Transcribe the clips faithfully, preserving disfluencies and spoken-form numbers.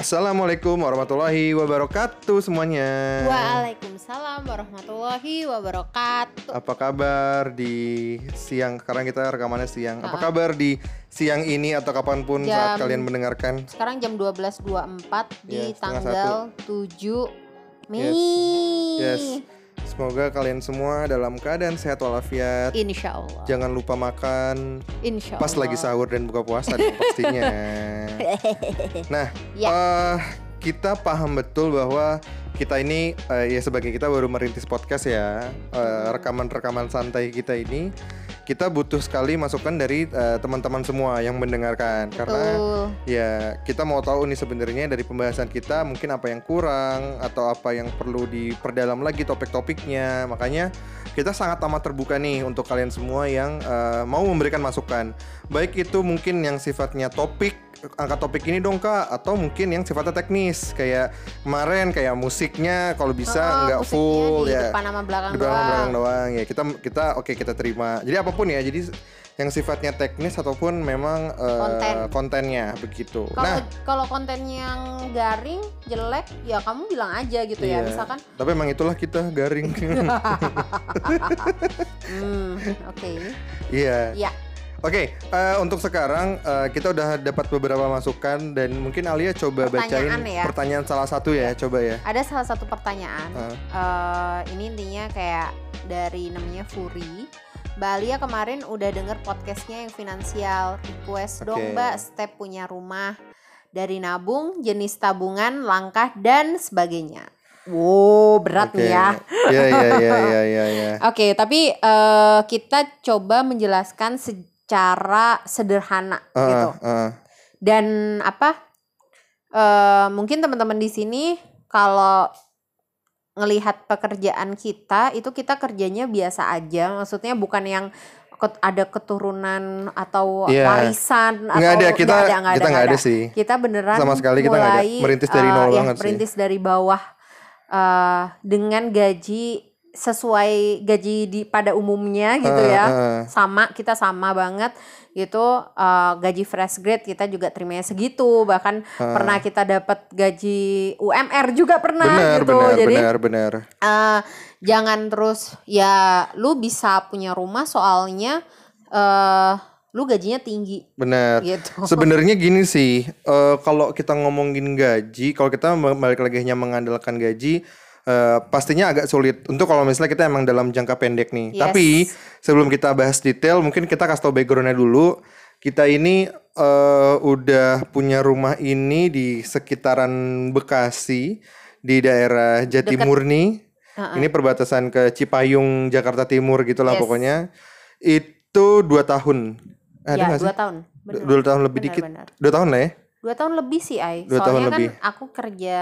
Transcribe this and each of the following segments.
Assalamualaikum warahmatullahi wabarakatuh semuanya. Waalaikumsalam warahmatullahi wabarakatuh. Apa kabar di siang? Sekarang kita rekamannya siang. Apa kabar di siang ini atau kapanpun Jam- saat kalian mendengarkan? Sekarang jam dua belas dua puluh empat di Ya, setengah tanggal tujuh Mei. Yes. Semoga kalian semua dalam keadaan sehat walafiat. Insya Allah. Jangan lupa makan Insya pas Allah. lagi sahur dan buka puasa dong pastinya. Nah, Ya. eh, kita paham betul bahwa kita ini eh, ya sebagai kita baru merintis podcast ya, eh, rekaman-rekaman santai kita ini kita butuh sekali masukan dari eh, teman-teman semua yang mendengarkan. Betul. Karena ya kita mau tahu nih sebenarnya dari pembahasan kita mungkin apa yang kurang atau apa yang perlu diperdalam lagi topik-topiknya. Makanya kita sangat amat terbuka nih untuk kalian semua yang eh, mau memberikan masukan. Baik itu mungkin yang sifatnya topik, angkat topik ini dong kak, atau mungkin yang sifatnya teknis kayak kemarin kayak musiknya kalau bisa Oh, nggak musiknya full di ya. depan sama belakang Di belakang doang. belakang doang ya. Kita kita oke kita terima. Jadi apapun ya. Jadi yang sifatnya teknis ataupun memang eh, Konten. kontennya begitu. Kalau Nah, kalau konten yang garing, jelek, ya kamu bilang aja gitu iya. ya. Misalkan, Tapi emang itulah kita garing. hmm, oke, Iya. ya. Oke, eh, untuk sekarang eh, kita udah dapat beberapa masukan dan mungkin Alia coba bacain Pertanyaan ya. pertanyaan salah satu ya, coba ya. Ada salah satu pertanyaan. Ah. Eh, ini intinya kayak dari namanya Furi. Mbak Alia kemarin udah denger podcastnya yang finansial. Request dong Oke. Mbak step punya rumah. Dari nabung, jenis tabungan, langkah, dan sebagainya. Wow, berat Oke. nih ya. Iya iya iya iya iya iya. Oke, tapi eh, kita coba menjelaskan secara sederhana Ah, gitu. ah. Dan apa? eh, mungkin teman-teman di sini kalau ngelihat pekerjaan kita itu kita kerjanya biasa aja, maksudnya bukan yang ket- ada keturunan atau Iya. warisan Nggak atau ada, kita nggak ada, nggak kita nggak ada nggak sih. Kita beneran Sama sekali kita nggak ada. mulai, Merintis dari eh, nol ya, banget sih. merintis dari bawah eh, dengan gaji sesuai gaji di pada umumnya gitu Ah, ya. ah. Sama, kita sama banget gitu. eh, gaji fresh grade kita juga terimanya segitu, bahkan Ah. pernah kita dapat gaji U M R juga pernah Benar gitu. benar Jadi benar benar. eh, jangan terus ya lu bisa punya rumah soalnya eh lu gajinya tinggi Benar. gitu. Sebenarnya gini sih, eh, kalau kita ngomongin gaji, kalau kita balik lagi hanya mengandalkan gaji, eh, pastinya agak sulit. Untuk kalau misalnya kita emang dalam jangka pendek nih. Yes. Tapi sebelum kita bahas detail, mungkin kita kasih tau backgroundnya dulu. Kita ini eh, udah punya rumah ini di sekitaran Bekasi, di daerah Jatimurni. Uh-uh. Ini perbatasan ke Cipayung, Jakarta Timur gitulah Yes. pokoknya. Itu dua tahun. Ada Ya nggak sih? dua tahun. Bener. Dua tahun lebih Bener, dikit. bener. Dua tahun lah ya. Dua tahun lebih sih Ai. Dua tahun Soalnya kan lebih. aku kerja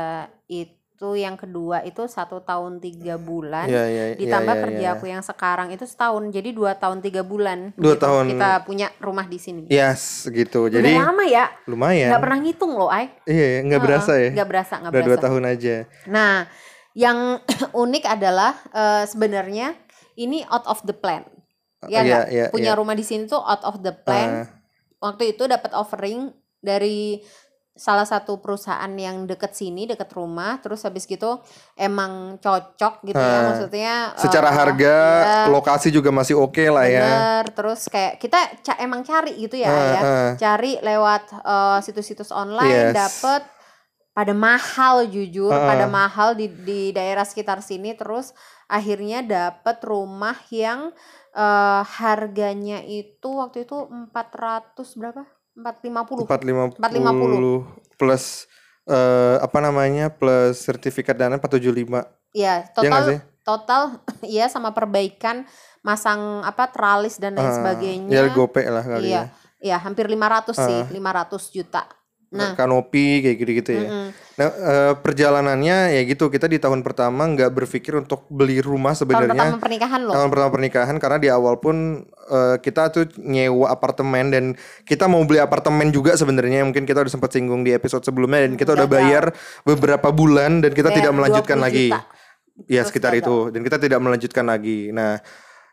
itu yang kedua itu satu tahun tiga bulan. Iya, iya, iya, Ditambah iya, kerja iya. aku yang sekarang itu setahun. Jadi dua tahun tiga bulan. Dua gitu. tahun. Kita punya rumah di sini. Yes, gitu. Udah Jadi lama ya. lumayan. Nggak pernah ngitung loh Ai. Iya, ya, nggak Heeh, berasa ya. Nggak berasa, nggak Udah dua berasa. tahun aja. Nah, yang unik adalah eh, sebenarnya ini out of the plan. Iya, Ya nggak? iya, Punya iya. rumah di sini tuh out of the plan. Ah. Waktu itu dapat offering dari salah satu perusahaan yang deket sini, deket rumah. Terus habis gitu emang cocok gitu ya, Ah. maksudnya. Secara eh, harga, iya, lokasi juga masih oke lah ya. bener. Terus kayak kita ca- emang cari gitu ya, Ah, ya. ah. Cari lewat eh, situs-situs online, Yes. dapet pada mahal jujur, Ah, ah. pada mahal di di daerah sekitar sini. Terus akhirnya dapet rumah yang eh, harganya itu waktu itu empat ratus berapa? empat ratus lima puluh. empat ratus empat ratus lima puluh. lima puluh plus eh, apa namanya? Plus sertifikat dana empat ratus tujuh puluh lima. Ya, Iya nggak sih? total total ya sama perbaikan masang apa tralis dan lain Ah, sebagainya. ya gope lah kali Iya. Ya, hampir lima ratus sih, Ah. lima ratus juta. Nah, Kanopi kayak gitu-gitu ya. mm-mm. Nah, eh, perjalanannya ya gitu, kita di tahun pertama nggak berpikir untuk beli rumah tahun sebenarnya. pertama pernikahan loh. Tahun pertama pernikahan karena di awal pun eh, kita tuh nyewa apartemen dan kita mau beli apartemen juga sebenarnya, mungkin kita udah sempat singgung di episode sebelumnya, dan kita udah Gagal. bayar beberapa bulan dan kita Bayar tidak melanjutkan dua puluh lagi. juta. Ya Terus sekitar gagal. itu, dan kita tidak melanjutkan lagi. Nah,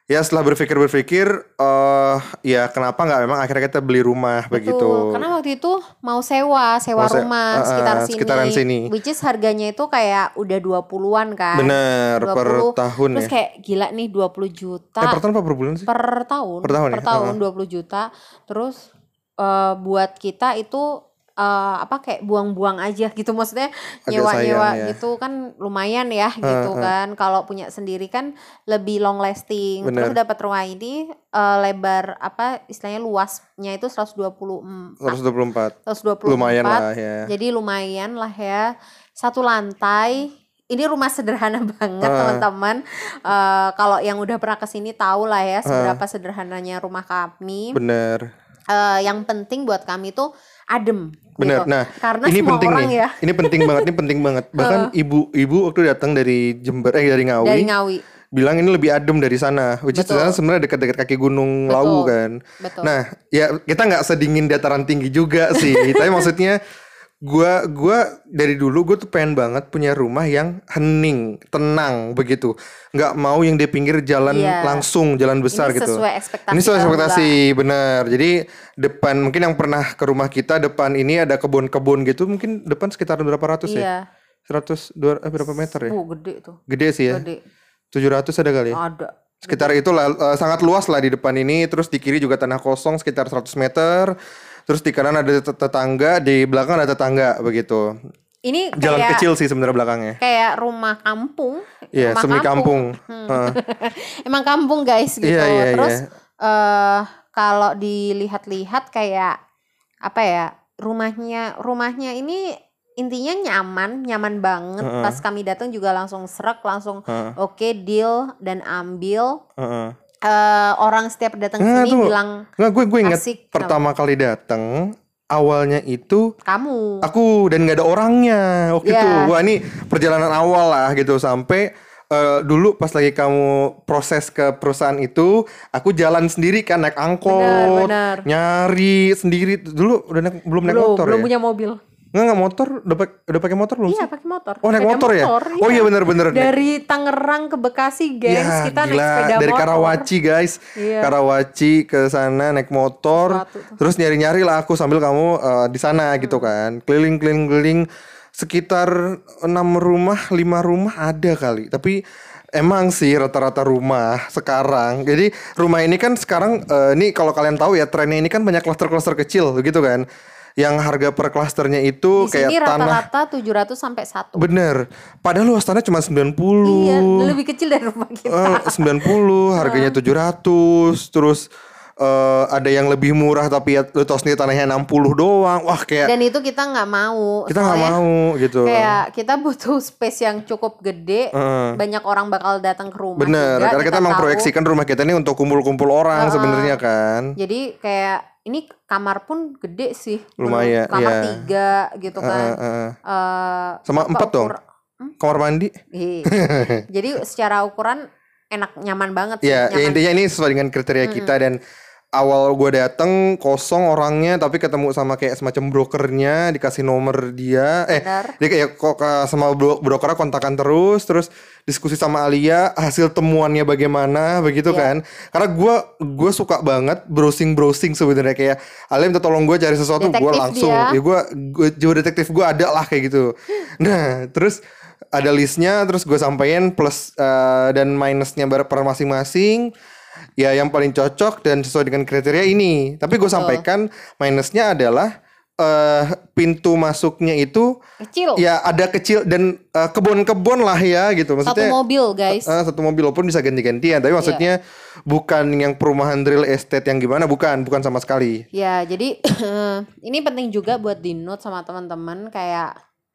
Ya setelah berpikir-berpikir, eh ya kenapa nggak memang akhirnya kita beli rumah begitu. Betul, karena waktu itu mau sewa, sewa Mau se- rumah uh, uh, sekitar sini. sekitaran sini. Which is harganya itu kayak udah dua puluhan kan. Bener, per dua puluh. tahun Terus ya. kayak gila nih dua puluh juta. Eh per tahun apa per bulan sih? Per tahun. Per tahun ya? tahun Uh. dua puluh juta. Terus uh, buat kita itu uh, apa kayak buang-buang aja gitu, maksudnya Agak nyewa-nyewa sayang ya. gitu kan lumayan ya gitu uh. kan. Kalau punya sendiri kan lebih long lasting. Bener. Terus dapat rumah ini uh, lebar apa istilahnya luasnya itu seratus dua puluh empat. seratus dua puluh empat. seratus dua puluh empat. Lumayan lah ya. Jadi lumayan lah ya. Satu lantai. Ini rumah sederhana banget Uh. teman-teman. Uh, kalau yang udah pernah kesini tahu lah ya seberapa Uh. sederhananya rumah kami. Bener. Uh, yang penting buat kami tuh adem. Bener. Gitu. Nah, karena ini semua penting orang nih. ya Ini penting banget, ini penting banget. Bahkan ibu-ibu waktu datang dari Jember eh dari Ngawi, dari Ngawi bilang ini lebih adem dari sana. Which is Betul. sana sebenarnya dekat-dekat kaki Gunung Betul. Lawu kan. Betul. Nah, ya kita nggak sedingin dataran tinggi juga sih. Tapi maksudnya gua gua dari dulu gue tuh pengen banget punya rumah yang hening, tenang begitu. Nggak mau yang di pinggir jalan Iya. langsung, jalan besar ini gitu. sesuai ekspektasi. Ini sesuai orang ekspektasi, benar. Jadi depan mungkin yang pernah ke rumah kita, depan ini ada kebun-kebun gitu, mungkin depan sekitar berapa ratus Iya. ya? seratus dua eh, berapa meter ya? Oh, gede tuh. Gede sih ya. Gede. tujuh ratus ada kali ya? Ada. Sekitar itulah, eh, sangat luas lah di depan ini. Terus di kiri juga tanah kosong sekitar seratus meter. Terus di kanan ada tet- tetangga, di belakang ada tetangga begitu. Ini kayak Jalan kecil sih sebenarnya belakangnya. kayak rumah kampung. Iya, Rumah semi kampung. Hmm. Heeh. Emang kampung guys gitu. Iya, iya, Terus iya. eh kalau dilihat-lihat kayak apa ya, rumahnya rumahnya ini intinya nyaman, nyaman banget. Heeh. Pas kami datang juga langsung serak, langsung Heeh. oke deal dan ambil. Heeh. Eh, orang setiap datang Nah, sini tuh. bilang Nggak, gue gue inget asik. pertama kali datang awalnya itu Kamu. aku dan nggak ada orangnya waktu Iya. itu. Wah, ini perjalanan awal lah gitu sampai eh, dulu pas lagi kamu proses ke perusahaan itu, aku jalan sendiri kan naik angkot, Benar, benar. nyari sendiri. Dulu udah naik, belum naik belum motor belum ya? punya mobil. Nggak, nggak motor, udah pakai udah pakai motor belum Iya sih? pakai motor. Oh, naik Sepeda motor ya? Oh iya bener-bener. Dari Tangerang ke Bekasi, gengs, Ya, kita naik gila. sepeda Dari motor. Karawaci guys, Iya. Karawaci ke sana naik motor, Sepatu tuh. terus nyari-nyari lah aku sambil kamu eh, di sana gitu kan, keliling-keliling-keliling sekitar enam rumah, lima rumah ada kali, tapi emang sih rata-rata rumah sekarang. Jadi rumah ini kan sekarang eh, ini kalau kalian tahu ya trennya ini kan banyak klaster-klaster kecil gitu kan, yang harga per klasternya itu Di sini kayak tanah. rata-rata tujuh ratus sampai satu. Bener. Padahal luas tanah cuma sembilan puluh. Iya, lebih kecil dari rumah kita. Eh, sembilan puluh, harganya tujuh ratus. Terus eh, ada yang lebih murah tapi ya lu tau sendiri tanahnya enam puluh doang. Wah, kayak Dan itu kita nggak mau. kita nggak soalnya mau gitu. Kayak kita butuh space yang cukup gede. Heeh. Banyak orang bakal datang ke rumah Bener, juga. karena kita emang tahu. proyeksikan rumah kita ini untuk kumpul-kumpul orang Heeh. sebenarnya kan. Jadi kayak ini kamar pun gede sih. Lumayan, Kamar iya. tiga gitu kan. Heeh, heeh. Eh, Sama apa empat dong? ukur- Kamar mandi. Iya. Jadi secara ukuran enak, nyaman banget sih. Ya, ya nyaman. intinya ini sesuai dengan kriteria kita. Dan awal gue dateng kosong orangnya, tapi ketemu sama kayak semacam brokernya, dikasih nomor dia, eh Benar. dia kayak kok ke- sama bro- brokernya kontakan terus, terus diskusi sama Alia hasil temuannya bagaimana begitu Iya. kan? Karena gue gue suka banget browsing browsing sebenarnya, kayak Alia minta tolong gue cari sesuatu, gue Detektif langsung dia. ya gue gue jiwa detektif gue ada lah kayak gitu. Nah terus ada listnya, terus gue sampein plus eh, dan minusnya bar- per masing-masing. Ya yang paling cocok dan sesuai dengan kriteria ini. Tapi gue Betul. sampaikan minusnya adalah eh pintu masuknya itu Kecil. ya ada kecil dan eh, kebun-kebun lah ya gitu. Satu Maksudnya mobil guys. eh, satu mobil walaupun bisa ganti-gantian. Tapi maksudnya bukan yang perumahan real estate yang gimana, bukan, bukan sama sekali. Ya, jadi ini penting juga buat di note sama teman-teman kayak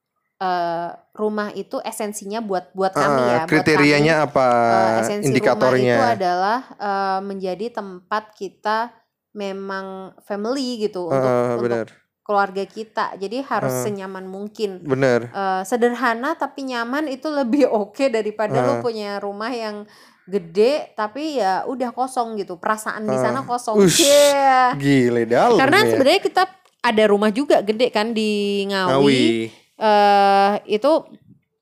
eh, rumah itu esensinya buat buat kami Ah, ya. buat kriterianya kami, apa? eh, esensi Indikatornya. rumah itu adalah eh, menjadi tempat kita memang family gitu untuk Ah, untuk bener, keluarga kita. Jadi harus Ah. senyaman mungkin. bener. Eh, sederhana tapi nyaman itu lebih oke daripada Ah. lo punya rumah yang gede tapi ya udah kosong gitu. Perasaan di Ah. sana kosong. Ush, Yeah. Gile dalam Karena ya. sebenarnya kita ada rumah juga gede kan di Ngawi. Ngawi. Eh itu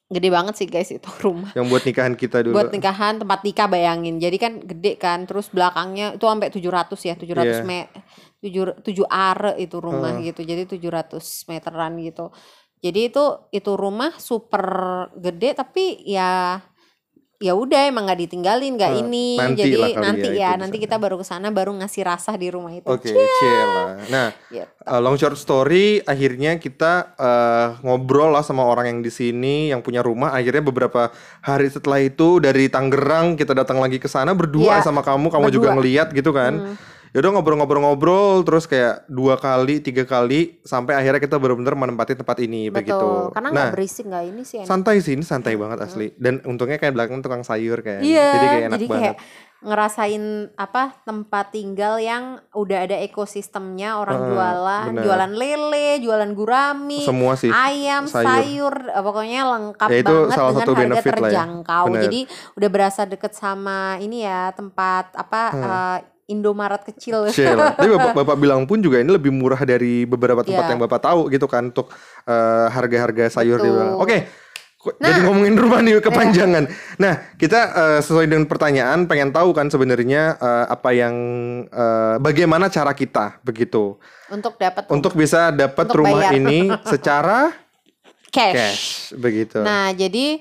Gede banget sih guys itu rumah. Yang buat nikahan kita dulu. Buat nikahan, tempat nikah bayangin. Jadi kan gede kan, terus belakangnya itu sampai tujuh ratus ya, tujuh ratus Iya. me tujuh tujuh are itu rumah Heeh. gitu. Jadi tujuh ratus meteran gitu. Jadi itu itu rumah super gede, tapi ya ya udah emang nggak ditinggalin, nggak Eh, ini. nanti Jadi lah kali nanti ya itu ya, di nanti sana. kita baru ke sana baru ngasih rasa di rumah itu. Oke, cila. Nah, Gitu. uh, long short story, akhirnya kita uh, ngobrol lah sama orang yang di sini yang punya rumah. Akhirnya beberapa hari setelah itu dari Tangerang kita datang lagi ke sana berdua Iya, sama kamu, kamu juga berdua. ngeliat gitu kan. Hmm. Ya udah ngobrol-ngobrol-ngobrol terus kayak dua kali, tiga kali sampai akhirnya kita benar-benar menempati tempat ini begitu. Betul, karena Nah, nggak berisik, nggak ini sih enak. santai sih, ini santai banget asli. Dan untungnya kayak belakang tukang sayur kan. Iya, Jadi kayak enak jadi banget. kayak ngerasain apa tempat tinggal yang udah ada ekosistemnya, orang Heeh, jualan, bener. jualan lele, jualan gurami, Semua sih. ayam, sayur. sayur, eh, pokoknya lengkap Ya, itu banget salah dengan satu harga benefit lah ya. terjangkau. Bener. Jadi udah berasa deket sama ini ya tempat apa Hmm. eh, Indomaret kecil. Cila. Tapi bapak, bapak bilang pun juga ini lebih murah dari beberapa tempat Iya. yang bapak tahu gitu kan untuk eh, harga-harga sayur dia bilang. Betul. Oke, kok Nah. jadi ngomongin rumah nih kepanjangan. Nah, kita eh, sesuai dengan pertanyaan pengen tahu kan sebenarnya eh, apa yang eh, bagaimana cara kita begitu Untuk dapat untuk bisa dapat Untuk rumah bayar. ini secara cash. cash begitu. Nah, jadi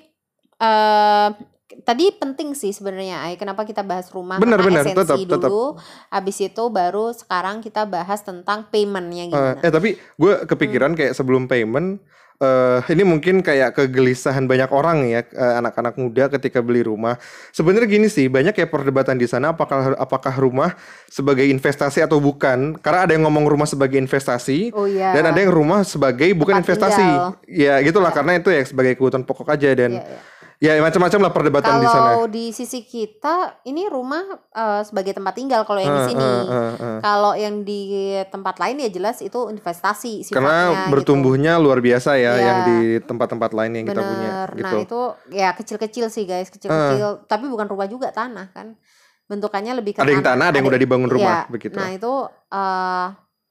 eh tadi penting sih sebenarnya Ai, kenapa kita bahas rumah Bener, karena bener, esensi tetap, tetap. dulu, habis itu baru sekarang kita bahas tentang paymentnya Eh, gimana. eh tapi gue kepikiran kayak sebelum payment eh ini mungkin kayak kegelisahan banyak orang ya eh, anak-anak muda ketika beli rumah. Sebenarnya gini sih, banyak kayak perdebatan di sana apakah apakah rumah sebagai investasi atau bukan. Karena ada yang ngomong rumah sebagai investasi Oh iya. dan ada yang rumah sebagai bukan Tempat investasi. tinggal. Ya gitulah Ya. karena itu ya sebagai kebutuhan pokok aja dan Iya, iya. ya macam-macam lah perdebatan di sana. Kalau di sisi kita ini rumah eh, sebagai tempat tinggal kalau yang di Eh, sini. eh, eh, eh. Kalau yang di tempat lain ya jelas itu investasi sifatnya Karena gitu. bertumbuhnya luar biasa ya Iya. yang di tempat-tempat lain yang kita punya Bener. gitu. Nah itu ya kecil-kecil sih guys, kecil-kecil. Tapi bukan rumah juga, tanah kan. Bentukannya lebih ke Ada yang tanah, ada yang udah dibangun rumah iya. begitu. Nah itu eh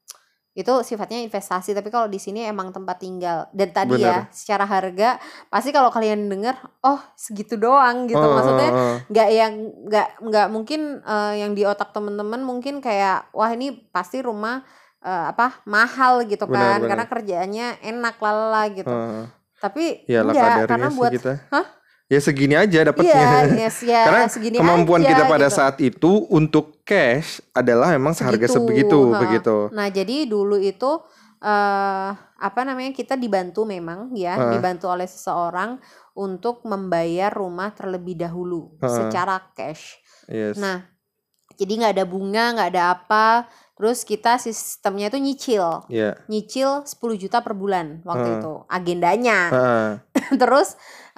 itu sifatnya investasi. Tapi kalau di sini emang tempat tinggal. Dan tadi ya secara harga pasti kalau kalian dengar, oh segitu doang gitu. Oh, Maksudnya oh, oh. nggak yang nggak nggak mungkin eh, yang di otak temen-temen mungkin kayak wah ini pasti rumah eh, apa mahal gitu Benar, kan benar. karena kerjaannya enak lala gitu. Heeh. Tapi Ya lah enggak kadarnya karena sih buat kita. Hah? Ya segini aja dapatnya. Iya, yes, ya Karena segini kemampuan aja, kita pada gitu. saat itu untuk cash adalah memang seharga sebegitu ha. begitu. Nah jadi dulu itu eh apa namanya kita dibantu memang ya Ha. dibantu oleh seseorang untuk membayar rumah terlebih dahulu Ha. secara cash. Yes. Nah jadi nggak ada bunga, nggak ada apa. Terus kita sistemnya itu nyicil, Ya. nyicil sepuluh juta per bulan waktu Ha. itu agendanya. Heeh. Terus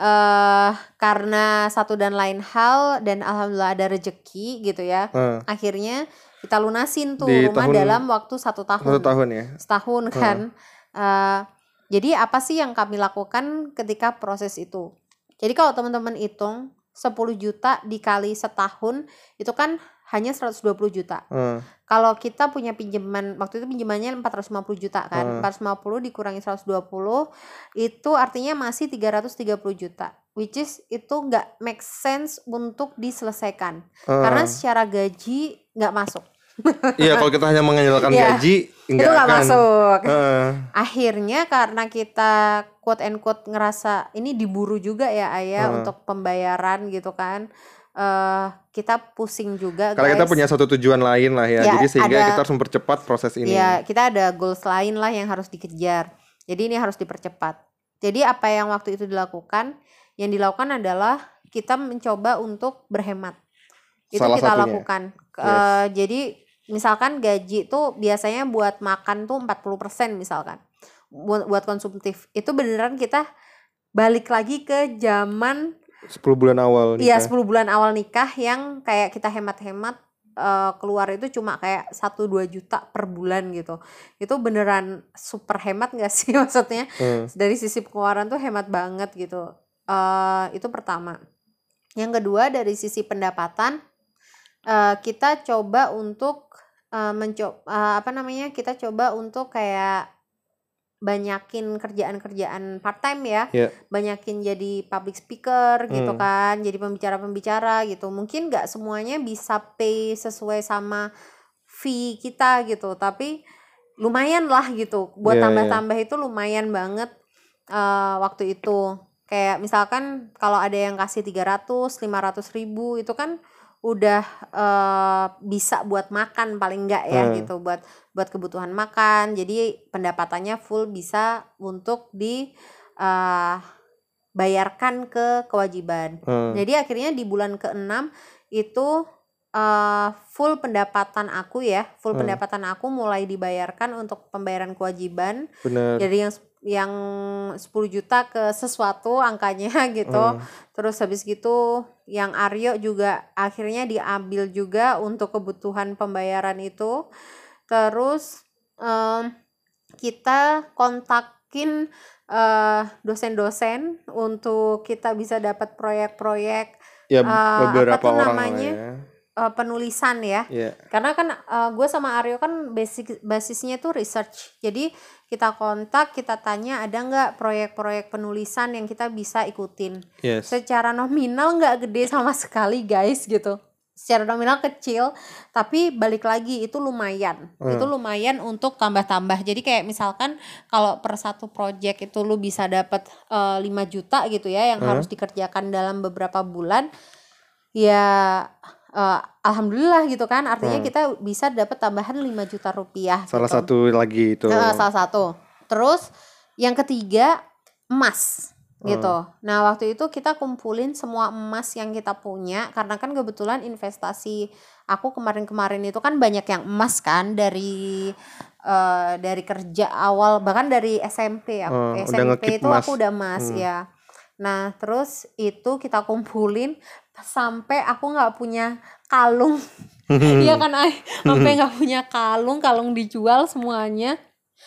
eh karena satu dan lain hal dan alhamdulillah ada rezeki gitu ya, Heeh. akhirnya kita lunasin tuh Di rumah tahun- dalam waktu satu tahun. Satu tahun ya. Setahun kan. Eh, jadi apa sih yang kami lakukan ketika proses itu? Jadi kalau teman-teman hitung sepuluh juta dikali setahun itu kan hanya seratus dua puluh juta. Heeh. Kalau kita punya pinjaman waktu itu pinjamannya empat ratus lima puluh juta kan. Hmm. empat ratus lima puluh dikurangi seratus dua puluh itu artinya masih tiga ratus tiga puluh juta. Which is itu nggak make sense untuk diselesaikan. Heeh. Karena secara gaji nggak masuk. Iya, kalau kita hanya mengandalkan Iya. gaji Itu enggak nggak akan. masuk. Heeh. Akhirnya karena kita quote and quote ngerasa ini diburu juga ya Ayah Hmm. untuk pembayaran gitu kan. eh kita pusing juga Karena guys. kita punya satu tujuan lain lah ya. Ya, Jadi sehingga ada- kita harus mempercepat proses ini. Ya, kita ada goals lain lah yang harus dikejar. Jadi ini harus dipercepat. Jadi apa yang waktu itu dilakukan? Yang dilakukan adalah kita mencoba untuk berhemat. Itu Salah kita satunya. lakukan. Yes. Eh, jadi misalkan gaji tuh biasanya buat makan tuh empat puluh persen misalkan. Buat, buat konsumtif. Itu beneran kita balik lagi ke zaman sepuluh bulan awal Iya nikah. sepuluh bulan awal nikah yang kayak kita hemat-hemat eh, keluar itu cuma kayak satu dua juta per bulan gitu. Itu beneran super hemat gak sih maksudnya? Hmm. Dari sisi pengeluaran tuh hemat banget gitu. Eh, itu pertama. Yang kedua dari sisi pendapatan eh, kita coba untuk eh, mencoba apa namanya? Kita coba untuk kayak banyakin kerjaan-kerjaan part time ya, Iya. banyakin jadi public speaker gitu Hmm. kan, jadi pembicara-pembicara gitu. Mungkin nggak semuanya bisa pay sesuai sama fee kita gitu, tapi lumayan lah gitu. Buat Iya, iya. tambah-tambah itu lumayan banget eh, waktu itu. Kayak misalkan kalau ada yang kasih tiga ratus, lima ratus ribu itu kan udah eh, bisa buat makan paling enggak ya Hmm. gitu, buat buat kebutuhan makan. Jadi pendapatannya full bisa untuk di eh, bayarkan ke kewajiban. Hmm. Jadi akhirnya di bulan keenam itu eh, full pendapatan aku ya, full Hmm. pendapatan aku mulai dibayarkan untuk pembayaran kewajiban. Bener. Jadi yang yang sepuluh juta ke sesuatu angkanya gitu. Hmm. Terus habis gitu yang Aryo juga akhirnya diambil juga untuk kebutuhan pembayaran itu. Terus em, kita kontakin eh, dosen-dosen untuk kita bisa dapat proyek-proyek Ya eh, apa beberapa tuh orang lah namanya ya. eh, penulisan ya. Iya. Karena kan gue sama Aryo kan basic basisnya tuh research. Jadi kita kontak, kita tanya ada nggak proyek-proyek penulisan yang kita bisa ikutin. Yes. Secara nominal nggak gede sama sekali guys gitu. Secara nominal kecil, tapi balik lagi itu lumayan. Hmm. Itu lumayan untuk tambah-tambah. Jadi kayak misalkan kalau per satu project itu lu bisa dapat eh, lima juta gitu ya yang Hmm. harus dikerjakan dalam beberapa bulan. Ya eh, alhamdulillah gitu kan. Artinya Hmm. kita bisa dapat tambahan lima juta rupiah Salah gitu. satu lagi itu. Nah, salah satu. Terus yang ketiga emas gitu. Hmm. Nah waktu itu kita kumpulin semua emas yang kita punya karena kan kebetulan investasi aku kemarin-kemarin itu kan banyak yang emas kan dari eh, dari kerja awal bahkan dari S M P aku Hmm, udah S M P nge-keep itu emas. aku udah emas Hmm. ya. Nah terus itu kita kumpulin sampai aku nggak punya kalung. Iya kan Ay, sampai nggak punya kalung, kalung dijual semuanya.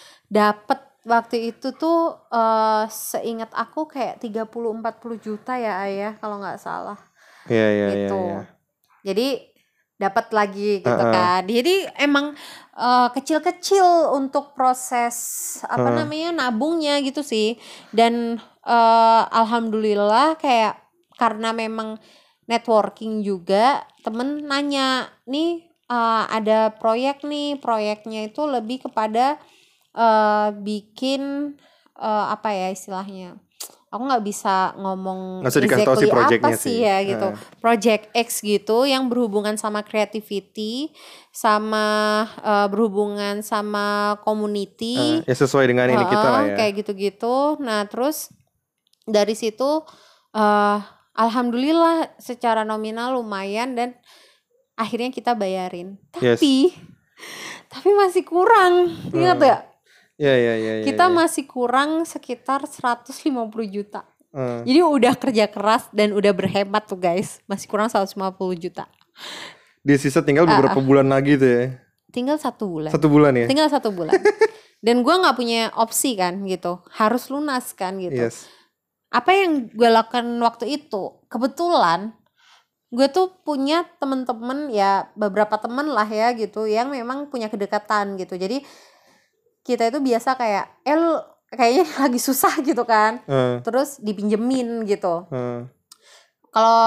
Dapet waktu itu tuh eh, seingat aku kayak tiga puluh empat puluh juta ya Ayah kalau nggak salah Iya, iya, iya, gitu. iya. Jadi dapat lagi gitu Heeh. kan. Jadi emang eh, kecil-kecil untuk proses apa Heeh. namanya nabungnya gitu sih. Dan eh, alhamdulillah kayak karena memang networking juga temen nanya nih eh, ada proyek nih, proyeknya itu lebih kepada eh, bikin eh, apa ya istilahnya, aku nggak bisa ngomong Nggak usah dikasih tahu sih exactly apa projectnya sih sih. ya gitu, Heeh. project X gitu yang berhubungan sama creativity, sama eh, berhubungan sama Heeh, community, ya sesuai dengan ini kita lah heeh, ya. kayak gitu-gitu. Nah terus dari situ eh alhamdulillah secara nominal lumayan dan akhirnya kita bayarin. Yes. Tapi tapi masih kurang, ingat Hmm. gak? Iya, iya, iya, iya. Kita iya. masih kurang sekitar seratus lima puluh juta. Hmm. Jadi udah kerja keras dan udah berhemat tuh guys, masih kurang seratus lima puluh juta. Di sisa tinggal Ah, beberapa ah. bulan lagi tuh ya. Tinggal satu bulan. Satu bulan ya. Tinggal satu bulan. Dan gue nggak punya opsi kan gitu, harus lunas kan gitu. Yes. Apa yang gue lakukan waktu itu? Kebetulan gue tuh punya temen-temen ya, beberapa temen lah ya gitu yang memang punya kedekatan gitu. Jadi kita itu biasa kayak eh lu kayaknya lagi susah gitu kan, Heeh. terus dipinjemin gitu. Heeh. Kalau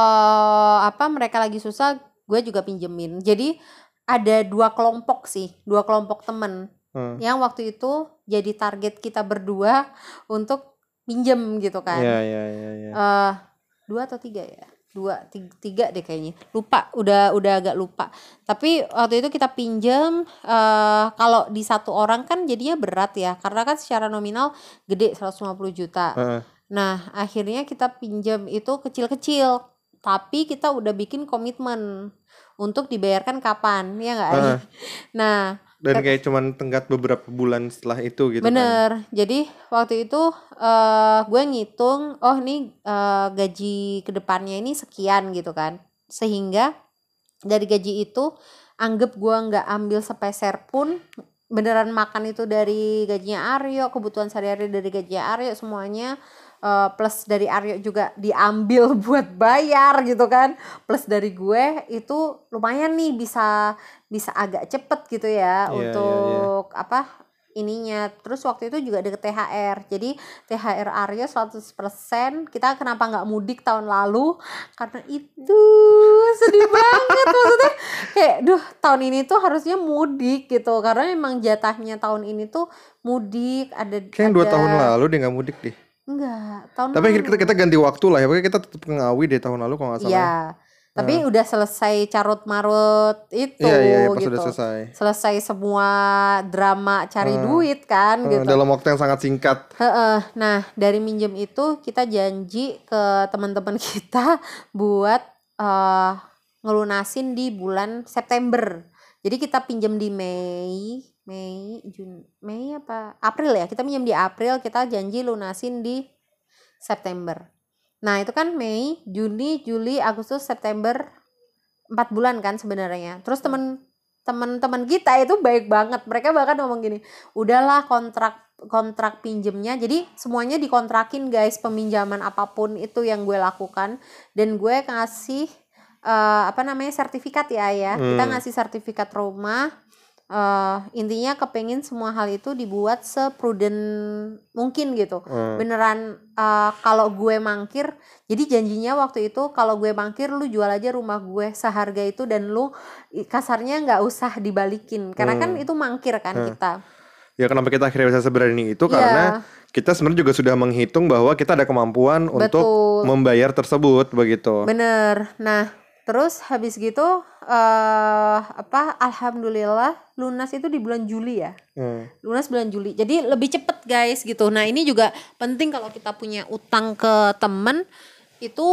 apa mereka lagi susah, gue juga pinjemin. Jadi ada dua kelompok sih, dua kelompok temen Heeh. yang waktu itu jadi target kita berdua untuk pinjem gitu kan. Iya, iya, iya, iya. Eh, dua atau tiga ya, dua tiga, tiga deh kayaknya, lupa, udah udah agak lupa. Tapi waktu itu kita pinjam eh kalau di satu orang kan jadinya berat ya, karena kan secara nominal gede seratus lima puluh juta. Heeh. Nah akhirnya kita pinjam itu kecil-kecil, tapi kita udah bikin komitmen untuk dibayarkan kapan, ya nggak? Heeh. Nah Dan kayak cuman tenggat beberapa bulan setelah itu gitu kan. bener, jadi waktu itu eh gue ngitung, oh nih eh, gaji kedepannya ini sekian gitu kan, sehingga dari gaji itu anggap gue nggak ambil sepeser pun, beneran makan itu dari gajinya Aryo, kebutuhan sehari-hari dari gajinya Aryo semuanya, eh, plus dari Aryo juga diambil buat bayar gitu kan, plus dari gue itu lumayan nih bisa bisa agak cepet gitu ya Iya, iya, iya. untuk apa ininya. Terus waktu itu juga ada T H R. Jadi T H R Aryo seratus persen. Kita kenapa nggak mudik tahun lalu? Karena itu sedih banget maksudnya. Kayak duh, tahun ini tuh harusnya mudik gitu. Karena memang jatahnya tahun ini tuh mudik. Ada Kayaknya ada dua tahun lalu dia nggak mudik deh. Enggak, tahun Tapi lalu. kita, kita ganti waktu lah ya. Pokoknya kita tetap ke Ngawi deh tahun lalu kalau nggak salah. Iya. Tapi udah selesai carut marut itu Iya, iya, pas gitu. udah selesai. Selesai semua drama cari Hmm. duit kan Eh, gitu. Dalam waktu yang sangat singkat. Heeh. Nah, dari minjem itu kita janji ke teman-teman kita buat eh, ngelunasin di bulan September. Jadi kita pinjam di Mei, Mei, Juni, Mei apa? April ya. Kita pinjam di April, kita janji lunasin di September. Nah, itu kan Mei, Juni, Juli, Agustus, September, empat bulan kan sebenarnya. Terus temen teman-teman kita itu baik banget. Mereka bahkan ngomong gini, udahlah kontrak kontrak pinjemnya. Jadi semuanya dikontrakin guys, peminjaman apapun itu yang gue lakukan. Dan gue ngasih uh, apa namanya sertifikat ya ya. Hmm. Kita ngasih sertifikat rumah. Uh, intinya kepengen semua hal itu dibuat seprudent mungkin gitu. Hmm. Beneran uh, kalau gue mangkir, jadi janjinya waktu itu kalau gue mangkir lu jual aja rumah gue seharga itu dan lu kasarnya nggak usah dibalikin karena hmm. kan itu mangkir kan hmm. kita. Ya kenapa kita akhirnya bisa seberani itu karena yeah. kita sebenarnya juga sudah menghitung bahwa kita ada kemampuan Betul. Untuk membayar tersebut begitu. Bener. Nah terus habis gitu uh, apa alhamdulillah lunas itu di bulan Juli ya. Hmm. Lunas bulan Juli. Jadi lebih cepet guys gitu. Nah, ini juga penting kalau kita punya utang ke temen itu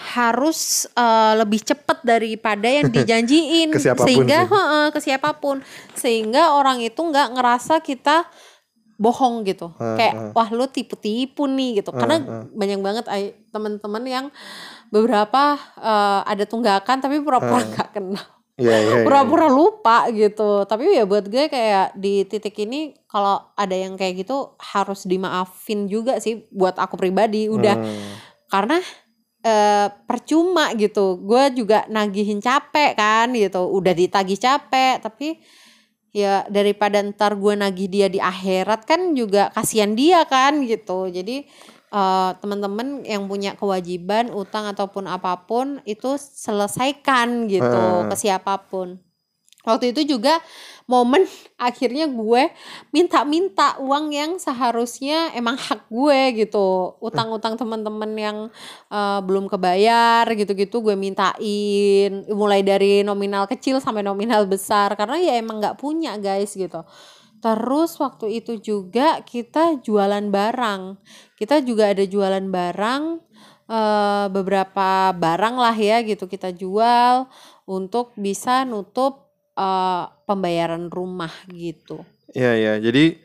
harus uh, lebih cepet daripada yang dijanjiin ke sehingga heeh, ke siapapun. Sehingga orang itu enggak ngerasa kita bohong gitu. Uh, Kayak uh. wah lu tipu-tipu nih gitu. Uh, Karena uh. banyak banget ay, teman-teman yang beberapa uh, ada tunggakan tapi pura-pura nggak uh. kenal, yeah, yeah, pura-pura yeah. lupa gitu. Tapi ya buat gue kayak di titik ini kalau ada yang kayak gitu harus dimaafin juga sih buat aku pribadi udah hmm. karena uh, percuma gitu. Gue juga nagihin capek kan gitu, udah ditagih capek tapi ya daripada ntar gue nagih dia di akhirat kan juga kasihan dia kan gitu. Jadi Uh, teman-teman yang punya kewajiban utang ataupun apapun itu selesaikan gitu uh. ke siapapun. Waktu itu juga momen akhirnya gue minta-minta uang yang seharusnya emang hak gue gitu. Utang-utang teman-teman yang uh, belum kebayar gitu-gitu gue mintain. Mulai dari nominal kecil sampai nominal besar karena ya emang gak punya guys gitu. Terus waktu itu juga kita jualan barang. Kita juga ada jualan barang, e, beberapa barang lah ya gitu kita jual untuk bisa nutup e, pembayaran rumah gitu. Iya ya, jadi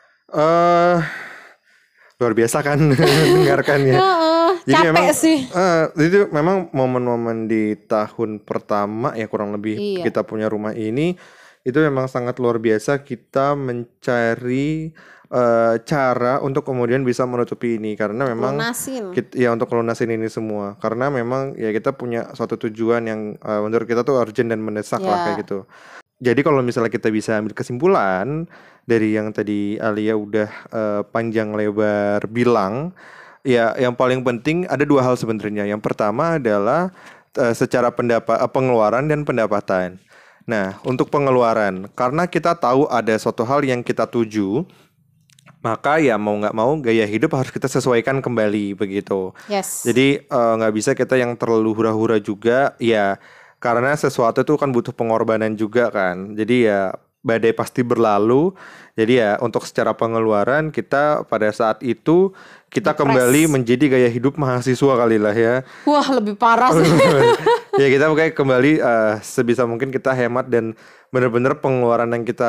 uh, luar biasa kan dengarkan ya. Jadi capek memang, sih. Uh, itu memang momen-momen di tahun pertama ya kurang lebih iya. kita punya rumah ini. Itu memang sangat luar biasa kita mencari uh, cara untuk kemudian bisa menutupi ini karena memang kita, ya untuk lunasin ini semua karena memang ya kita punya suatu tujuan yang uh, menurut kita tuh urgent dan mendesak yeah. lah kayak gitu. Jadi kalau misalnya kita bisa ambil kesimpulan dari yang tadi Alia udah uh, panjang lebar bilang, ya yang paling penting ada dua hal sebenarnya. Yang pertama adalah uh, secara pendapat uh, pengeluaran dan pendapatan. Nah, untuk pengeluaran, karena kita tahu ada suatu hal yang kita tuju, maka ya mau nggak mau gaya hidup harus kita sesuaikan kembali begitu. Yes. Jadi nggak uh, bisa kita yang terlalu hura-hura juga, ya karena sesuatu itu kan butuh pengorbanan juga kan. Jadi ya badai pasti berlalu. Jadi ya untuk secara pengeluaran kita pada saat itu kita Depres. Kembali menjadi gaya hidup mahasiswa kali lah ya. Wah lebih parah sih. Ya kita kayak kembali uh, sebisa mungkin kita hemat dan benar-benar pengeluaran yang kita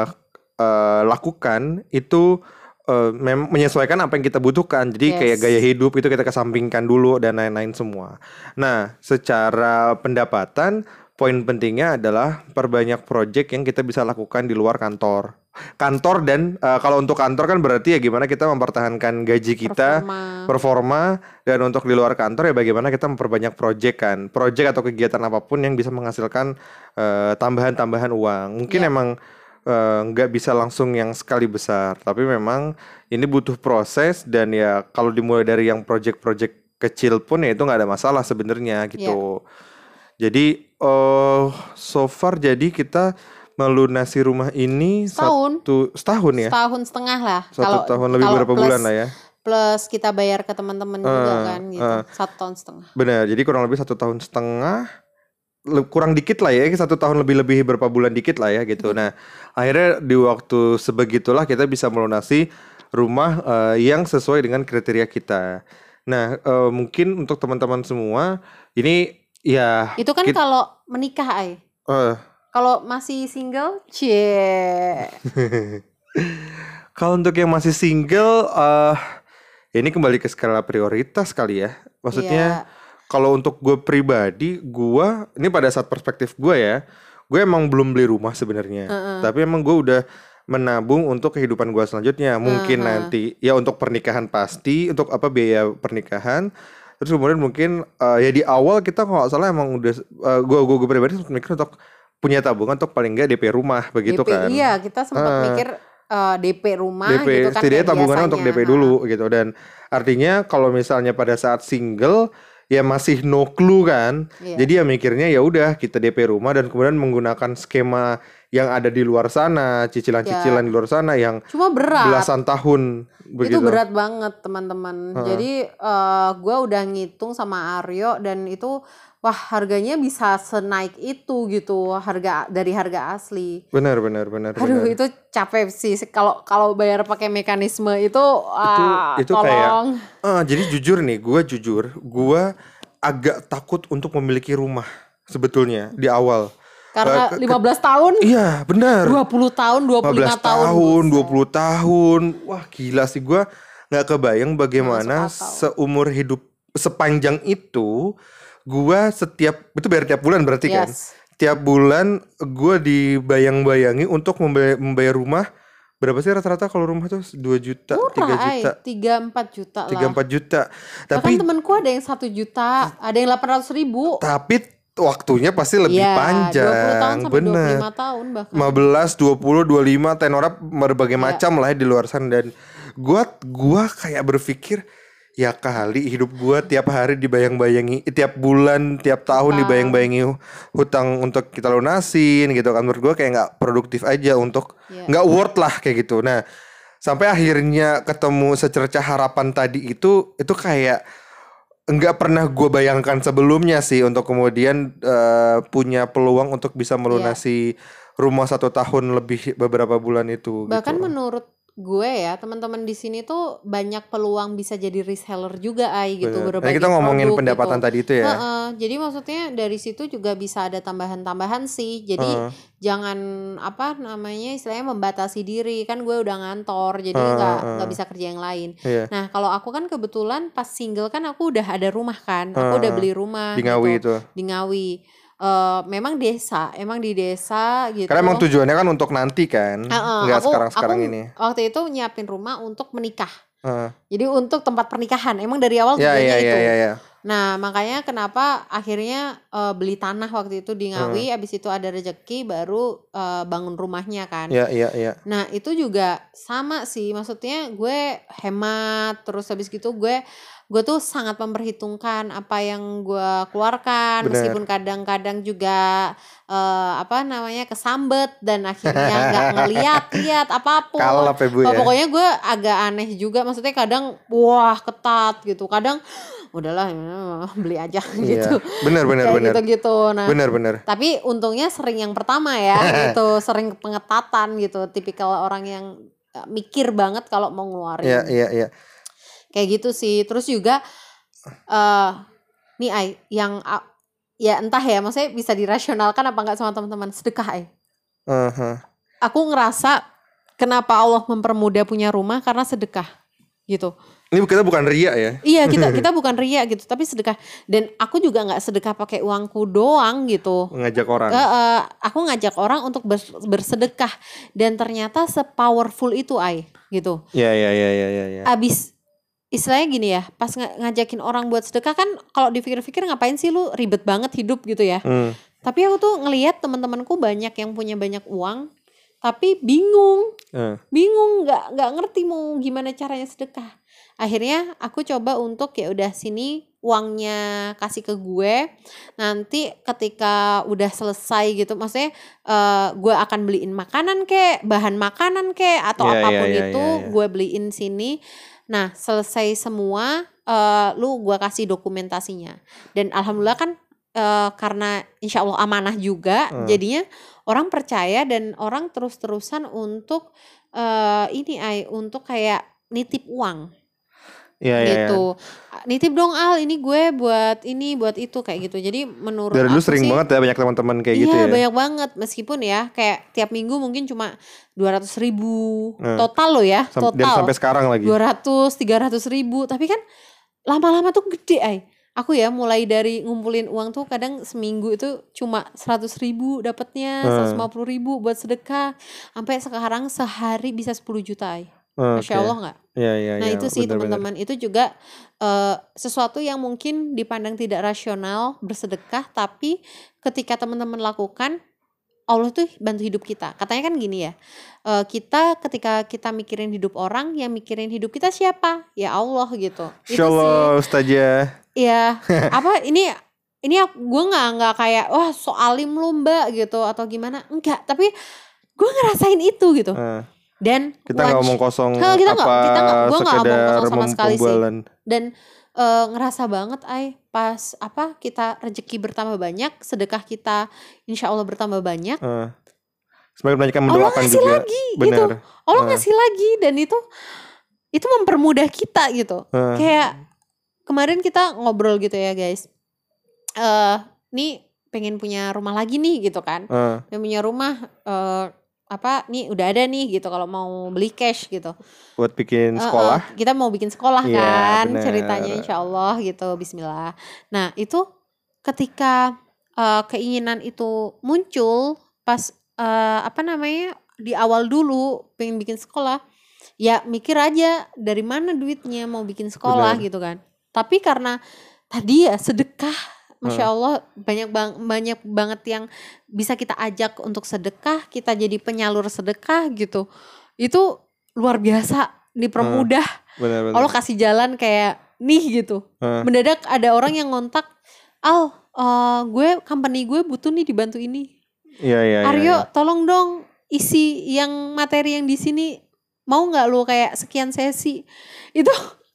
uh, lakukan itu uh, mem- menyesuaikan apa yang kita butuhkan. Jadi yes. kayak gaya hidup itu kita kesampingkan dulu dan lain-lain semua. Nah, secara pendapatan poin pentingnya adalah perbanyak project yang kita bisa lakukan di luar kantor. Kantor dan uh, kalau untuk kantor kan berarti ya gimana kita mempertahankan gaji kita, performa. performa dan untuk di luar kantor ya bagaimana kita memperbanyak project kan, project atau kegiatan apapun yang bisa menghasilkan uh, tambahan-tambahan uang. Mungkin yeah. emang eh, nggak bisa langsung yang sekali besar, tapi memang ini butuh proses dan ya kalau dimulai dari yang project-project kecil pun ya itu nggak ada masalah sebenarnya Iya. gitu. Jadi eh so far jadi kita melunasi rumah ini Setahun. satu setahun ya, Setahun setengah lah. satu Kalau tahun lebih kalau berapa bulan plus lah ya. plus kita bayar ke teman-teman juga Eh, kan gitu. eh, Satu tahun setengah. benar, jadi kurang lebih satu tahun setengah, le- kurang dikit lah ya, satu tahun lebih-lebih berapa bulan dikit lah ya gitu. Hmm. Nah, akhirnya di waktu sebegitulah kita bisa melunasi rumah eh, yang sesuai dengan kriteria kita. Nah, eh, mungkin untuk teman-teman semua ini ya Itu kan kit- kalau menikah, Ay. eh, Kalau masih single, cie. kalau untuk yang masih single, eh ini kembali ke skala prioritas kali ya. Maksudnya Iya. kalau untuk gue pribadi, gue ini pada saat perspektif gue ya, gue emang belum beli rumah sebenarnya. Heeh. Tapi emang gue udah menabung untuk kehidupan gue selanjutnya. Mungkin Heeh. nanti ya untuk pernikahan pasti, untuk apa biaya pernikahan. Terus kemudian mungkin eh, ya di awal kita kalau nggak salah emang udah uh, gue gue gue pribadi sempat mikir untuk punya tabungan untuk paling nggak D P rumah begitu D P, kan. iya, kita sempat Heeh. mikir eh, D P rumah D P gitu kan setidaknya kayak tabungannya untuk D P biasanya. dulu gitu. Dan artinya kalau misalnya pada saat single ya masih no clue kan. Iya. Jadi ya mikirnya ya udah kita D P rumah dan kemudian menggunakan skema yang ada di luar sana, cicilan-cicilan Ya. di luar sana yang Cuma berat. belasan tahun begitu. Itu berat banget teman-teman. Heeh. Jadi eh gue udah ngitung sama Aryo dan itu wah harganya bisa senaik itu gitu harga dari harga asli. Benar benar benar Aduh benar. itu capek sih kalau kalau bayar pakai mekanisme itu ah, itu kayak- tolong. Eh, jadi jujur nih, gue jujur, gue agak takut untuk memiliki rumah sebetulnya di awal. Karena Eh, ke- lima belas tahun, Iya benar. dua puluh tahun, dua puluh lima 15 tahun. tahun, buset. dua puluh tahun. Wah gila sih, gue nggak kebayang bagaimana Nggak masuk akal. seumur hidup sepanjang itu gue setiap itu bayar tiap bulan berarti kan? Yes. Tiap bulan gue dibayang-bayangi untuk membayar, membayar rumah berapa sih rata-rata kalau rumah tuh dua juta, tiga Murah, juta, ay. tiga empat juta lah. tiga empat juta. Bahkan Tapi temenku ada yang satu juta, ada yang delapan ratus ribu. tapi waktunya pasti lebih Iya, panjang. dua puluh tahun sampai dua puluh Bener. lima tahun bahkan. lima belas, dua puluh, dua puluh lima tenornya berbagai Iya. macam lah ya di luar sana. Dan gua gua kayak berpikir ya kali hidup gua tiap hari dibayang-bayangi, tiap bulan, tiap tahun Hutang. dibayang-bayangi hutang untuk kita lunasin gitu kan. Menurut gua kayak nggak produktif aja untuk Iya. nggak worth lah kayak gitu. Nah, sampai akhirnya ketemu secercah harapan tadi itu itu kayak nggak pernah gue bayangkan sebelumnya sih untuk kemudian eh, punya peluang untuk bisa melunasi rumah satu tahun lebih beberapa bulan itu. Bahkan gitu. menurut gue ya, teman-teman di sini tuh banyak peluang bisa jadi reseller juga, ay gitu, Bener. berbagi Nah, kita ngomongin produk pendapatan gitu. tadi itu ya. Heeh, jadi maksudnya dari situ juga bisa ada tambahan-tambahan sih. Jadi Heeh. jangan apa namanya istilahnya membatasi diri, kan gue udah ngantor jadi Heeh, nggak heeh. nggak bisa kerja yang lain. Iya. Nah kalau aku kan kebetulan pas single kan aku udah ada rumah kan, aku udah Heeh. beli rumah Di Ngawi gitu itu. di Ngawi. Eh, memang desa, emang di desa gitu. Karena emang tujuannya kan untuk nanti kan, Heeh, nggak aku sekarang-sekarang aku ini. waktu itu nyiapin rumah untuk menikah. Heeh. Jadi untuk tempat pernikahan, emang dari awal Ya tujuannya ya itu. ya ya ya. Nah makanya kenapa akhirnya eh, beli tanah waktu itu di Ngawi, abis itu ada rezeki baru eh, bangun rumahnya kan. Ya ya ya. Nah itu juga sama sih, maksudnya gue hemat, terus habis gitu gue gue tuh sangat memperhitungkan apa yang gue keluarkan, Bener. meskipun kadang-kadang juga eh, apa namanya kesambet dan akhirnya nggak ngeliat-liat apapun. Kalap ya Bu Oh, ya. pokoknya gue agak aneh juga, maksudnya kadang wah ketat gitu, kadang udahlah beli aja gitu. Iya. Bener bener Kayak bener. gitu-gitu. Nah, Bener bener. tapi untungnya sering yang pertama ya gitu, sering pengetatan gitu, tipikal orang yang uh, mikir banget kalau mau ngeluarin. Iya iya iya. Kayak gitu sih. Terus juga eh nih Ai, yang uh, ya entah ya, maksudnya bisa dirasionalkan apa enggak sama teman-teman, sedekah Ai. Heeh. Aku ngerasa kenapa Allah mempermudah punya rumah karena sedekah gitu. Ini kita bukan ria ya. Iya, kita kita bukan ria gitu, tapi sedekah. Dan aku juga nggak sedekah pakai uangku doang gitu. Ngajak orang. Eh, eh, aku ngajak orang untuk bers- bersedekah dan ternyata sepowerful itu Ai gitu. Iya iya iya iya iya. Ya. Abis istilahnya gini ya, pas ng- ngajakin orang buat sedekah kan kalau dipikir-pikir ngapain sih lu ribet banget hidup gitu ya. Hmm. Tapi aku tuh ngelihat teman-temanku banyak yang punya banyak uang, tapi bingung. Eh. Bingung, nggak nggak ngerti mau gimana caranya sedekah. Akhirnya aku coba untuk ya udah sini uangnya kasih ke gue. Nanti ketika udah selesai gitu, maksudnya uh, gue akan beliin makanan kek, bahan makanan kek, atau Iya, apapun iya, iya, itu iya, iya. gue beliin sini. Nah selesai semua, uh, lu gue kasih dokumentasinya. Dan alhamdulillah kan uh, karena insya Allah amanah juga, Hmm. jadinya orang percaya dan orang terus-terusan untuk uh, ini ay untuk kayak nitip uang. Iya, iya, iya. Gitu. Nitip dong Al, ini gue buat ini buat itu kayak gitu. Jadi menurut Dari dulu aku sering sih banget ya banyak teman-teman kayak iya gitu ya. banyak banget, meskipun ya kayak tiap minggu mungkin cuma dua ratus ribu Nah, total loh ya, sam- dan total sampai sekarang lagi. dua ratus tiga ratus ribu, tapi kan lama-lama tuh gede ay. Aku ya mulai dari ngumpulin uang tuh kadang seminggu itu cuma seratus ribu dapatnya, seratus lima puluh ribu buat sedekah, sampai sekarang sehari bisa sepuluh juta ay. Oke. Masya Allah nggak? Iya, iya, Nah iya. itu sih Bener-bener. teman-teman, itu juga uh, sesuatu yang mungkin dipandang tidak rasional bersedekah, tapi ketika teman-teman lakukan, Allah tuh bantu hidup kita. Katanya kan gini ya, uh, kita ketika kita mikirin hidup orang, yang mikirin hidup kita siapa? Ya Allah gitu. Itu Insya sih. Allah Ustazah. Ya apa ini ini gue nggak nggak kayak wah so alim lu mbak gitu atau gimana, enggak, tapi gue ngerasain itu gitu. Nah, Dan kita nggak ngomong kosong Hah, kita nggak apa kita nggak gue nggak ngomong sekedar kosong sama sekali sih. pembualan. Dan uh, ngerasa banget ay pas apa kita rezeki bertambah banyak, sedekah kita insya Allah bertambah banyak, Nah, semakin banyak yang Allah mendoakan ngasih juga. lagi Bener. gitu. Allah Nah. ngasih lagi, dan itu itu mempermudah kita gitu. Nah. Kayak kemarin kita ngobrol gitu ya guys, eh nih pengen punya rumah lagi nih gitu kan, Nah. pengen punya rumah, uh, apa nih udah ada nih gitu kalau mau beli cash gitu. Buat bikin Uh, uh, sekolah. kita mau bikin sekolah Iya, kan bener. ceritanya insya Allah gitu, bismillah. Nah itu ketika uh, keinginan itu muncul pas uh, apa namanya di awal dulu pengen bikin sekolah, ya mikir aja dari mana duitnya mau bikin sekolah Bener. gitu kan. Tapi karena tadi ya sedekah, Masya Hmm. Allah banyak bang banyak banget yang bisa kita ajak untuk sedekah, kita jadi penyalur sedekah gitu. Itu luar biasa, dipermudah. Bener-bener. Allah kasih jalan kayak nih gitu. Hmm. Mendadak ada orang yang ngontak, Al, uh, gue company gue butuh nih dibantu ini. Iya, iya, iya, Aryo, iya. tolong dong isi yang materi yang di sini, mau nggak lu kayak sekian sesi. Itu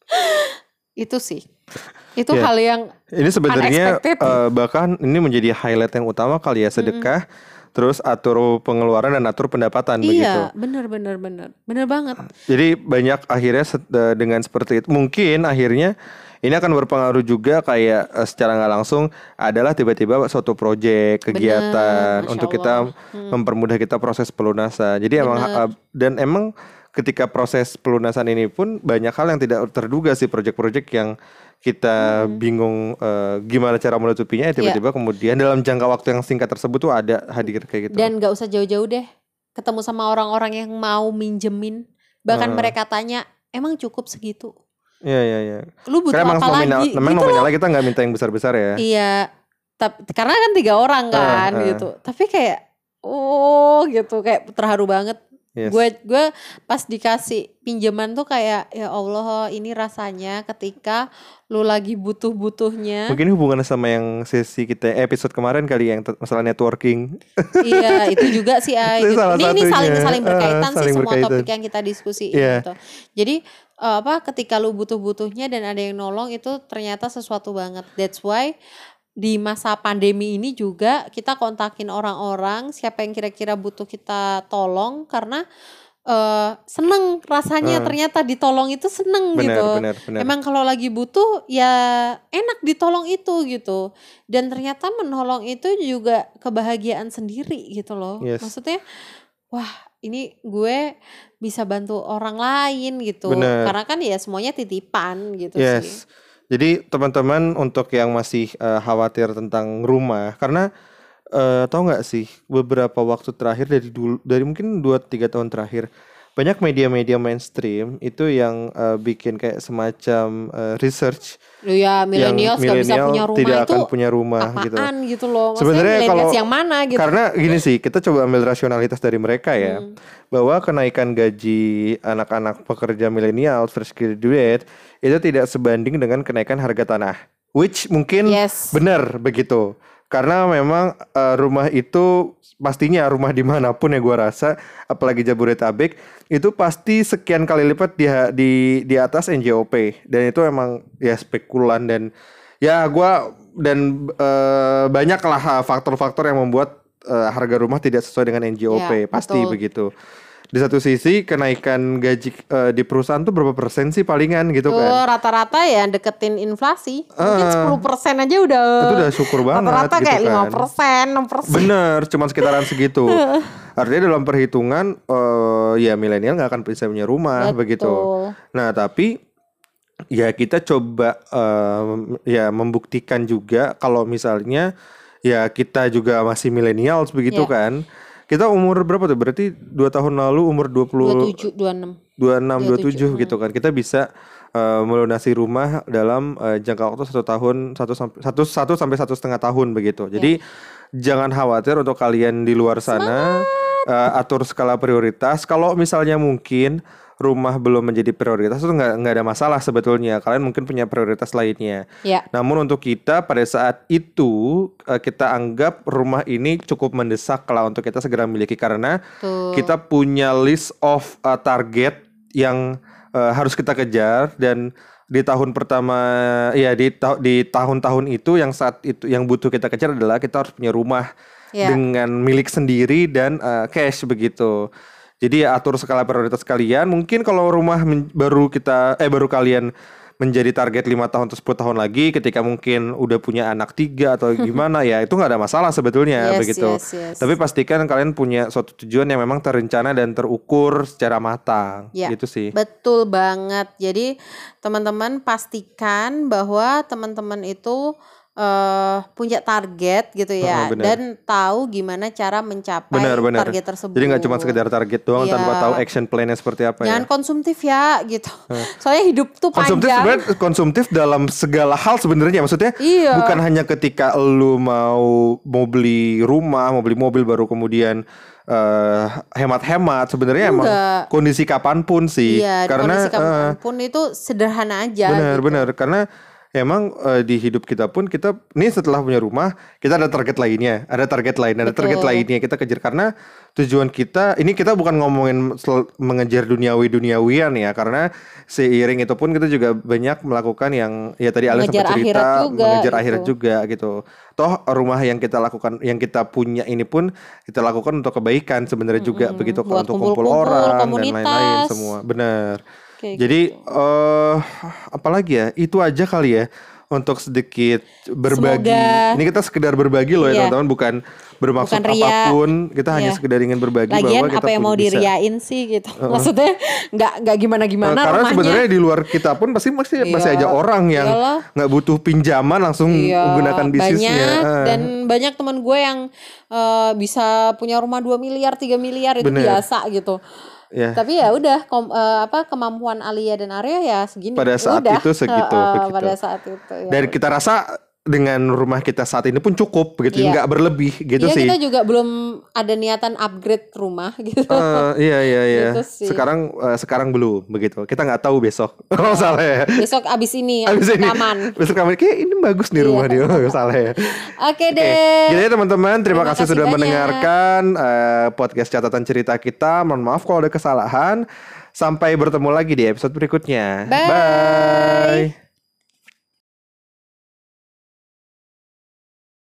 itu sih. Itu Iya. hal yang Ini sebenarnya unexpected. eh, bahkan ini menjadi highlight yang utama kali ya, sedekah, terus atur pengeluaran dan atur pendapatan begitu. iya, bener bener bener bener banget. Jadi banyak akhirnya set- eh, dengan seperti itu mungkin akhirnya ini akan berpengaruh juga kayak eh, secara nggak langsung adalah tiba-tiba suatu proyek kegiatan Masya untuk kita Allah. Hmm. mempermudah kita proses pelunasan. Jadi emang Bener. eh, dan emang ketika proses pelunasan ini pun banyak hal yang tidak terduga sih, proyek-proyek yang kita bingung eh, gimana cara menutupinya, ya tiba-tiba kemudian dalam jangka waktu yang singkat tersebut tuh ada hadir kayak gitu. Dan gak usah jauh-jauh deh, ketemu sama orang-orang yang mau minjemin, bahkan Hmm. mereka tanya, emang cukup segitu? Iya, iya, iya. Lu butuh Karena emang apa nominal, lagi? memang Gitu loh. nominalnya kita nggak minta yang besar-besar ya. Iya, tapi karena kan tiga orang kan Ah, ah. gitu. Tapi kayak oh gitu, kayak terharu banget. Yes. Gue gue pas dikasih pinjaman tuh kayak ya Allah, ini rasanya ketika lu lagi butuh-butuhnya. Mungkin hubungannya sama yang sesi kita episode kemarin kali yang te- masalah networking. Iya, itu juga sih ay, Itu gitu. salah Ini ini satunya. saling saling berkaitan Ah, sih saling semua berkaitan. topik yang kita diskusiin Iya. gitu. Jadi eh, apa ketika lu butuh-butuhnya dan ada yang nolong, itu ternyata sesuatu banget. That's why di masa pandemi ini juga kita kontakin orang-orang siapa yang kira-kira butuh kita tolong, karena eh, seneng rasanya Hmm. ternyata ditolong itu seneng Benar, gitu. benar, benar. Emang kalau lagi butuh ya enak ditolong itu gitu. Dan ternyata menolong itu juga kebahagiaan sendiri gitu loh. Yes. Maksudnya wah ini gue bisa bantu orang lain gitu. Benar. Karena kan ya semuanya titipan gitu sih. Yes. Jadi teman-teman untuk yang masih eh, khawatir tentang rumah, karena eh, tahu nggak sih beberapa waktu terakhir dari dulu, dari mungkin dua tiga tahun terakhir banyak media-media mainstream itu yang uh, bikin kayak semacam uh, research Loh ya, yang milenial nggak bisa milenial punya rumah tidak itu akan punya rumah gitu. apaan gitu loh. Maksudnya Sebenarnya milenials kalau yang mana gitu. karena gini sih, kita coba ambil rasionalitas dari mereka ya, Hmm. bahwa kenaikan gaji anak-anak pekerja milenial fresh graduate itu tidak sebanding dengan kenaikan harga tanah, which mungkin Yes. benar begitu. Karena memang uh, rumah itu pastinya rumah dimanapun ya gua rasa, apalagi Jabodetabek itu pasti sekian kali lipat di di di atas N J O P, dan itu emang ya spekulan dan ya gua dan uh, banyak lah faktor-faktor yang membuat uh, harga rumah tidak sesuai dengan N J O P, Ya, pasti betul. begitu. Di satu sisi kenaikan gaji uh, di perusahaan tuh berapa persen sih palingan gitu Tuh kan? rata-rata ya deketin inflasi. Mungkin Ah. sepuluh persen aja udah. Itu udah syukur banget Rata-rata gitu kayak kan. lima persen, enam persen. Bener, cuman sekitaran segitu. Artinya dalam perhitungan uh, ya milenial nggak akan bisa punya rumah begitu. Betul. Nah tapi ya kita coba um, ya membuktikan juga kalau misalnya ya kita juga masih milenial begitu Ya. kan. Kita umur berapa tuh? Berarti dua tahun lalu umur dua puluh dua puluh tujuh, dua puluh enam. dua puluh enam, dua puluh tujuh dua puluh tujuh, gitu kan. Kita bisa uh, melunasi rumah dalam uh, jangka waktu satu tahun, satu sampai satu satu sampai satu setengah tahun begitu. Jadi jangan khawatir untuk kalian di luar sana, uh, atur skala prioritas. Kalau misalnya mungkin rumah belum menjadi prioritas itu nggak nggak ada masalah sebetulnya. Kalian mungkin punya prioritas lainnya. Ya. Namun untuk kita pada saat itu uh, kita anggap rumah ini cukup mendesak lah untuk kita segera miliki, karena Tuh. kita punya list of uh, target yang uh, harus kita kejar, dan di tahun pertama ya di ta- di tahun-tahun itu yang saat itu yang butuh kita kejar adalah kita harus punya rumah Ya. dengan milik sendiri dan uh, cash begitu. Jadi ya atur skala prioritas kalian. Mungkin kalau rumah men- baru kita eh baru kalian menjadi target lima tahun atau sepuluh tahun lagi, ketika mungkin udah punya anak tiga atau gimana ya itu nggak ada masalah sebetulnya Yes, begitu. yes, yes. Tapi pastikan kalian punya suatu tujuan yang memang terencana dan terukur secara matang. Ya. Gitu sih. Betul banget. Jadi teman-teman pastikan bahwa teman-teman itu eh punya target gitu ya, Heeh, benar. dan tahu gimana cara mencapai Benar, benar. target tersebut. Jadi nggak cuma sekedar target doang Iya. tanpa tahu action plan-nya seperti apa Jangan ya. konsumtif ya gitu. Soalnya hidup tuh Konsumtif panjang. sebenarnya konsumtif dalam segala hal sebenarnya, maksudnya Iya. bukan hanya ketika lu mau mau beli rumah, mau beli mobil baru kemudian eh, hemat-hemat, sebenarnya emang Enggak. kondisi kapanpun sih. Iya, di Karena kondisi eh, kapanpun itu sederhana aja gitu. benar-benar karena emang eh, di hidup kita pun kita nih setelah punya rumah kita ada target lainnya, ada target lain, ada Betul. target lainnya kita kejar, karena tujuan kita ini kita bukan ngomongin sel- mengejar duniawi duniawian ya, karena seiring itu pun kita juga banyak melakukan yang ya tadi Alan Mengejar sempat cerita akhirat juga mengejar gitu. akhirat juga gitu. Toh rumah yang kita lakukan yang kita punya ini pun kita lakukan untuk kebaikan sebenarnya juga begitu, buat untuk kumpul kumpul-kumpul, orang dan komunitas. lain-lain semua. Benar. Kayak Jadi eh apalagi ya, itu aja kali ya untuk sedikit berbagi. Semoga- Ini kita sekedar berbagi loh ya Iya. teman-teman, bukan bermaksud Bukan ria. apapun. Kita hanya Iya. sekedar ingin berbagi Lagian bahwa kita apa yang pun mau bisa. diriain sih gitu. Maksudnya nggak nggak Eh, gimana-gimana karena rumahnya. sebenarnya di luar kita pun pasti masih Iya. masih aja orang yang Iyalah. nggak butuh pinjaman langsung Iya, menggunakan bisnisnya. banyak, Eh, dan banyak teman gue yang eh, bisa punya rumah dua miliar, tiga miliar itu Bener. biasa gitu. ya. Tapi ya udah kom- eh, apa kemampuan Alia dan Arya ya segini. Pada saat Udah. itu segitu, Eh, eh, begitu. pada saat itu ya. Dan kita rasa dengan rumah kita saat ini pun cukup begitu, Iya. nggak berlebih gitu Iya, sih. kita juga belum ada niatan upgrade rumah gitu. Eh, iya iya iya. Gitu sih. Sekarang eh, sekarang belum begitu. Kita nggak tahu besok. Oh salah ya. Besok abis ini Abis ini rekaman. besok kami kayak ini bagus nih Iya. rumah dia. Oh, salah ya. Oke Oke, deh. gitu ya teman-teman. Terima, Terima kasih kasih sudah banyak. mendengarkan eh, podcast catatan cerita kita. Mohon maaf kalau ada kesalahan. Sampai bertemu lagi di episode berikutnya. Bye. Bye.